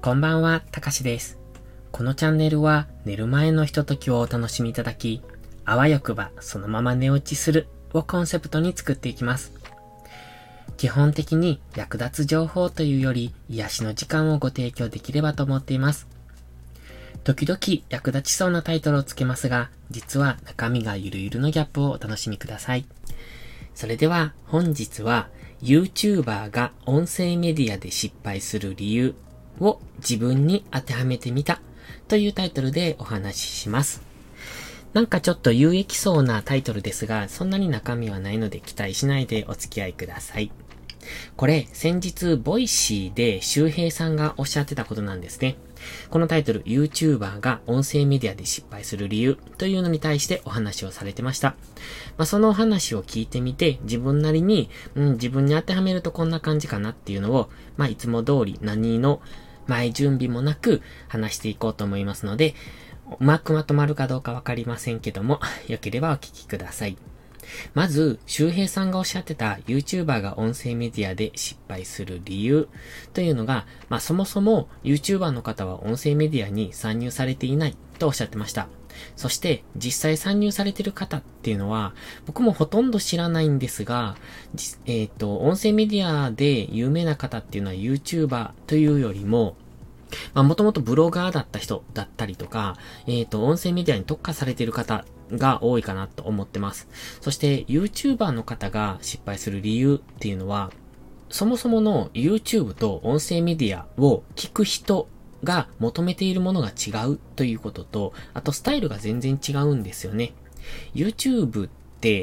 こんばんは、たかしです。このチャンネルは寝る前のひとときをお楽しみいただき、あわよくばそのまま寝落ちするをコンセプトに作っていきます。基本的に役立つ情報というより癒しの時間をご提供できればと思っています。時々役立ちそうなタイトルをつけますが、実は中身がゆるゆるのギャップをお楽しみください。それでは本日は YouTuber が音声メディアで失敗する理由を自分に当てはめてみたというタイトルでお話しします。なんかちょっと有益そうなタイトルですが、そんなに中身はないので期待しないでお付き合いください。これ先日ボイシーで周平さんがおっしゃってたことなんですね。このタイトル YouTuber が音声メディアで失敗する理由というのに対してお話をされてました。その話を聞いてみて自分なりに、自分に当てはめるとこんな感じかなっていうのを、いつも通り何の前準備もなく話していこうと思いますので、うまくまとまるかどうかわかりませんけども、よければお聞きください。まず、周平さんがおっしゃってた YouTuber が音声メディアで失敗する理由というのが、そもそも YouTuber の方は音声メディアに参入されていないとおっしゃってました。そして実際参入されている方っていうのは僕もほとんど知らないんですが、音声メディアで有名な方っていうのは YouTuber というよりももともとブロガーだった人だったりとか、音声メディアに特化されている方が多いかなと思ってます。そして YouTuber の方が失敗する理由っていうのは、そもそもの YouTube と音声メディアを聞く人が求めているものが違うということと、あとスタイルが全然違うんですよね。YouTube って、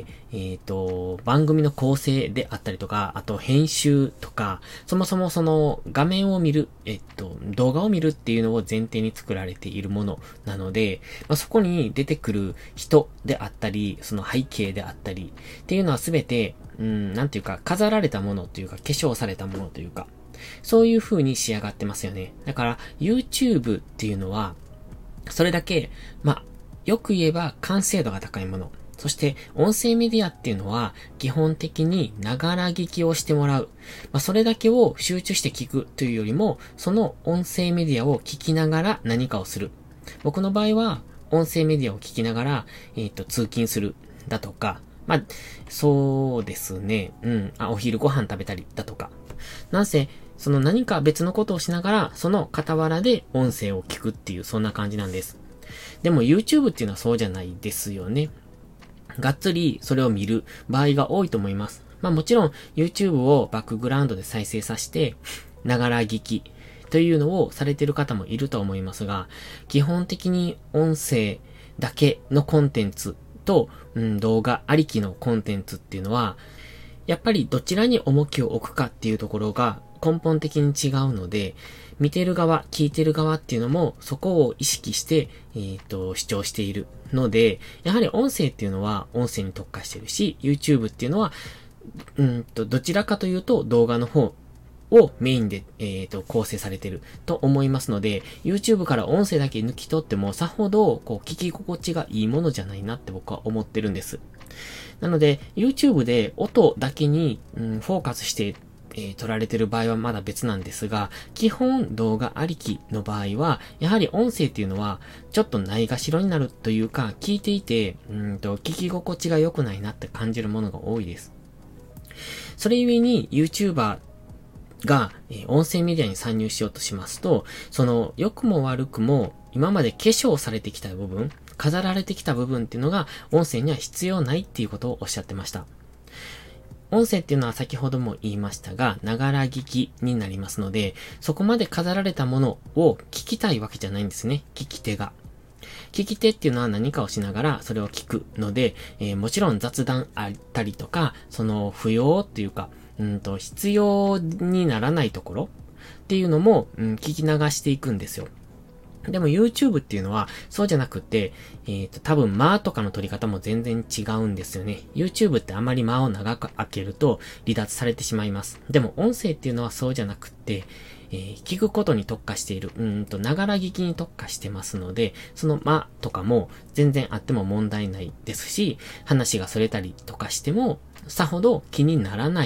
番組の構成であったりとか、あと編集とか、そもそもその画面を見る、動画を見るっていうのを前提に作られているものなので、そこに出てくる人であったり、その背景であったりっていうのはすべて、なんていうか飾られたものというか、化粧されたものというか、そういう風に仕上がってますよね。だから YouTube っていうのは、それだけ、よく言えば完成度が高いもの。そして音声メディアっていうのは基本的にながら聞きをしてもらう。それだけを集中して聞くというよりも、その音声メディアを聞きながら何かをする。僕の場合は音声メディアを聞きながら、通勤するだとか、そうですね。お昼ご飯食べたりだとか。なんせ、その何か別のことをしながら、その傍らで音声を聞くっていう、そんな感じなんです。でも YouTube っていうのはそうじゃないですよね。がっつりそれを見る場合が多いと思います。もちろん YouTube をバックグラウンドで再生させて、ながら聞きというのをされている方もいると思いますが、基本的に音声だけのコンテンツと、動画ありきのコンテンツっていうのは、やっぱりどちらに重きを置くかっていうところが根本的に違うので、見てる側、聞いてる側っていうのもそこを意識して、主張しているので、やはり音声っていうのは音声に特化してるし、YouTube っていうのは、どちらかというと動画の方をメインで、構成されてると思いますので、YouTube から音声だけ抜き取ってもさほど聞き心地がいいものじゃないなって僕は思ってるんです。なので YouTube で音だけに、フォーカスして撮られてる場合はまだ別なんですが、基本動画ありきの場合は、やはり音声っていうのは、ちょっとないがしろになるというか、聞いていて、聞き心地が良くないなって感じるものが多いです。それゆえに YouTuber が、音声メディアに参入しようとしますと、その良くも悪くも今まで化粧されてきた部分、飾られてきた部分っていうのが音声には必要ないっていうことをおっしゃってました。音声っていうのは先ほども言いましたが、ながら聞きになりますので、そこまで飾られたものを聞きたいわけじゃないんですね。聞き手が。聞き手っていうのは何かをしながらそれを聞くので、もちろん雑談あったりとか、その不要っていうか、必要にならないところっていうのも、聞き流していくんですよ。でも YouTube っていうのはそうじゃなくて、多分間とかの取り方も全然違うんですよね。YouTube ってあまり間を長く開けると離脱されてしまいます。でも音声っていうのはそうじゃなくて、聞くことに特化している、ながら聞きに特化してますので、その間とかも全然あっても問題ないですし、話がそれたりとかしてもさほど気にならない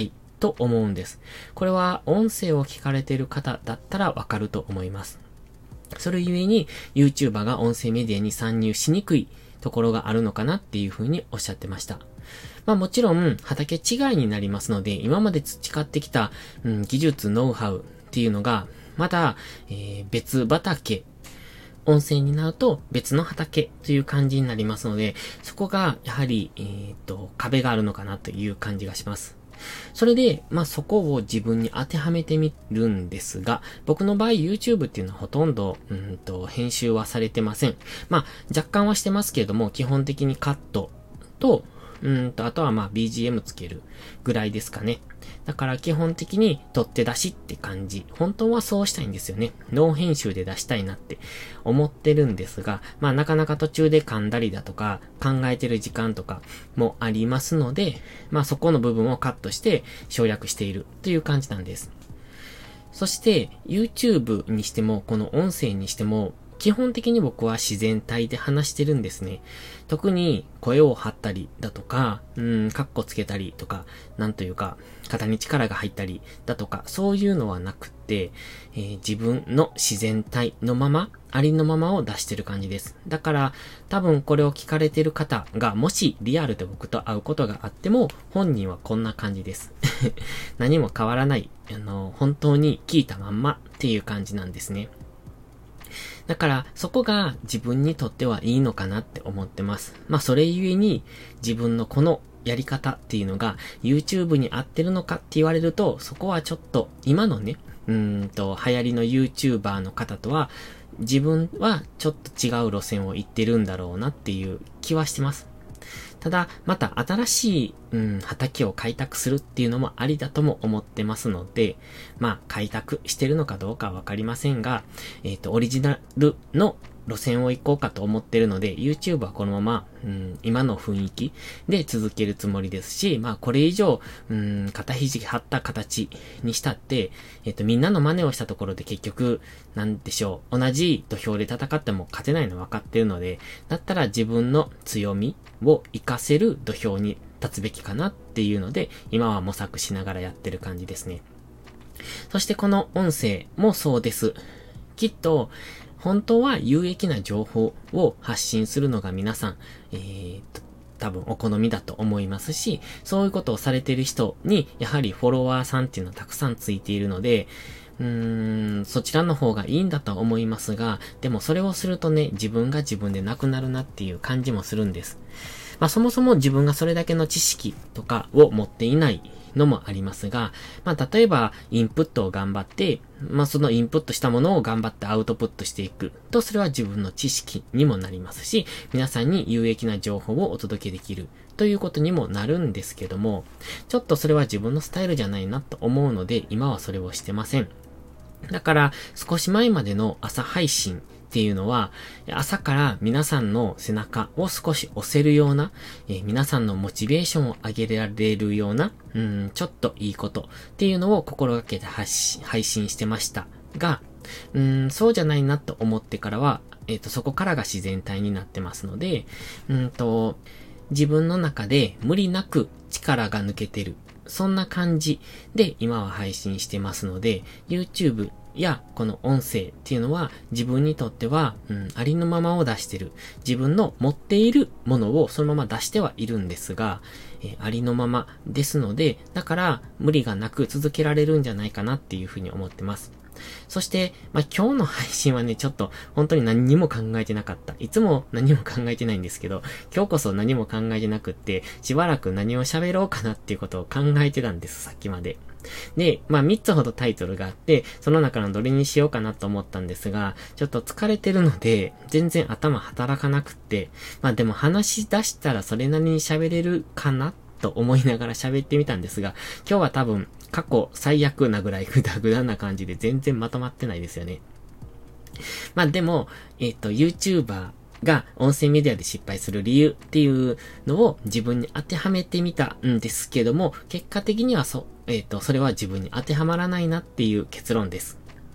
と思うんです。これは音声を聞かれている方だったらわかると思います。それゆえに YouTuber が音声メディアに参入しにくいところがあるのかなっていうふうにおっしゃってました。もちろん畑違いになりますので、今まで培ってきた、技術、ノウハウっていうのがまだ、別畑、音声になると別の畑という感じになりますので、そこがやはり、壁があるのかなという感じがします。それで、そこを自分に当てはめてみるんですが、僕の場合 YouTube っていうのはほとんど、編集はされてません。若干はしてますけれども、基本的にカットと、あとはBGM つけるぐらいですかね。だから基本的に取って出しって感じ。本当はそうしたいんですよね。ノー編集で出したいなって思ってるんですが、なかなか途中で噛んだりだとか考えてる時間とかもありますので、そこの部分をカットして省略しているという感じなんです。そして YouTube にしてもこの音声にしても基本的に僕は自然体で話してるんですね。特に声を張ったりだとか、カッコつけたりとか、なんというか、肩に力が入ったりだとか、そういうのはなくって、自分の自然体のまま、ありのままを出してる感じです。だから、多分これを聞かれてる方が、もしリアルで僕と会うことがあっても、本人はこんな感じです。何も変わらない、本当に聞いたまんまっていう感じなんですね。だからそこが自分にとってはいいのかなって思ってます。それゆえに自分のこのやり方っていうのが YouTube に合ってるのかって言われると、そこはちょっと今のね、流行りの YouTuber の方とは自分はちょっと違う路線を行ってるんだろうなっていう気はしてます。ただ、また新しい、畑を開拓するっていうのもありだとも思ってますので、開拓してるのかどうかはわかりませんが、オリジナルの路線を行こうかと思ってるので、YouTube はこのまま、今の雰囲気で続けるつもりですし、これ以上、肩肘張った形にしたって、みんなの真似をしたところで結局、なんでしょう、同じ土俵で戦っても勝てないの分かってるので、だったら自分の強みを活かせる土俵に立つべきかなっていうので、今は模索しながらやってる感じですね。そしてこの音声もそうです。きっと、本当は有益な情報を発信するのが皆さん、多分お好みだと思いますし、そういうことをされている人に、やはりフォロワーさんっていうのはたくさんついているので、そちらの方がいいんだと思いますが、でもそれをするとね、自分が自分でなくなるなっていう感じもするんです。そもそも自分がそれだけの知識とかを持っていないのもありますが、例えばインプットを頑張って、そのインプットしたものを頑張ってアウトプットしていくと、それは自分の知識にもなりますし、皆さんに有益な情報をお届けできるということにもなるんですけども、ちょっとそれは自分のスタイルじゃないなと思うので、今はそれをしてません。だから少し前までの朝配信っていうのは、朝から皆さんの背中を少し押せるような、皆さんのモチベーションを上げられるような、ちょっといいことっていうのを心がけて配信してましたが、そうじゃないなと思ってからは、そこからが自然体になってますので、自分の中で無理なく力が抜けてる。そんな感じで今は配信してますので、YouTubeやこの音声っていうのは自分にとっては、ありのままを出してる。自分の持っているものをそのまま出してはいるんですが、ありのままですので、だから無理がなく続けられるんじゃないかなっていうふうに思ってます。そして、今日の配信はね、ちょっと本当に何にも考えてなかった。いつも何も考えてないんですけど、今日こそ何も考えてなくって、しばらく何を喋ろうかなっていうことを考えてたんです、さっきまで。で、3つほどタイトルがあって、その中のどれにしようかなと思ったんですが、ちょっと疲れてるので、全然頭働かなくって、でも話し出したらそれなりに喋れるかなと思いながら喋ってみたんですが、今日は多分過去最悪なぐらいグダグダな感じで全然まとまってないですよね。でも、YouTuber が音声メディアで失敗する理由っていうのを自分に当てはめてみたんですけども、結果的にはそれは自分に当てはまらないなっていう結論です。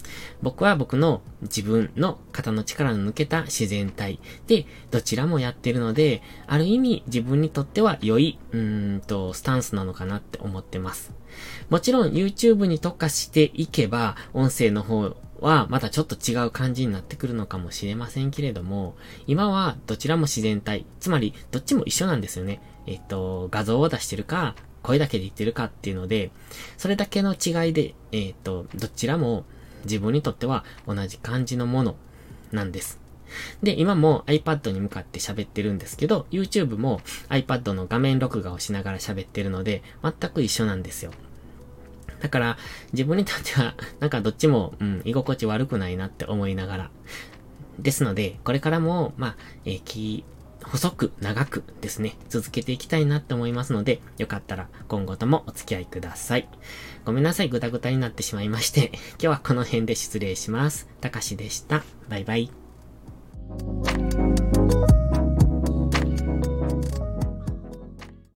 僕は僕の自分の肩の力の抜けた自然体で、どちらもやってるので、ある意味自分にとっては良い、スタンスなのかなって思ってます。もちろん YouTube に特化していけば、音声の方はまたちょっと違う感じになってくるのかもしれませんけれども、今はどちらも自然体、つまりどっちも一緒なんですよね。画像を出してるか、声だけで言ってるかっていうので、それだけの違いで、どちらも自分にとっては同じ感じのものなんです。で、今も iPad に向かって喋ってるんですけど、YouTube も iPad の画面録画をしながら喋ってるので、全く一緒なんですよ。だから、自分にとっては、なんかどっちも、居心地悪くないなって思いながら。ですので、これからも、細く長くですね、続けていきたいなって思いますので、よかったら今後ともお付き合いください。ごめんなさい、ぐだぐだになってしまいまして、今日はこの辺で失礼します。たかしでした。バイバイ。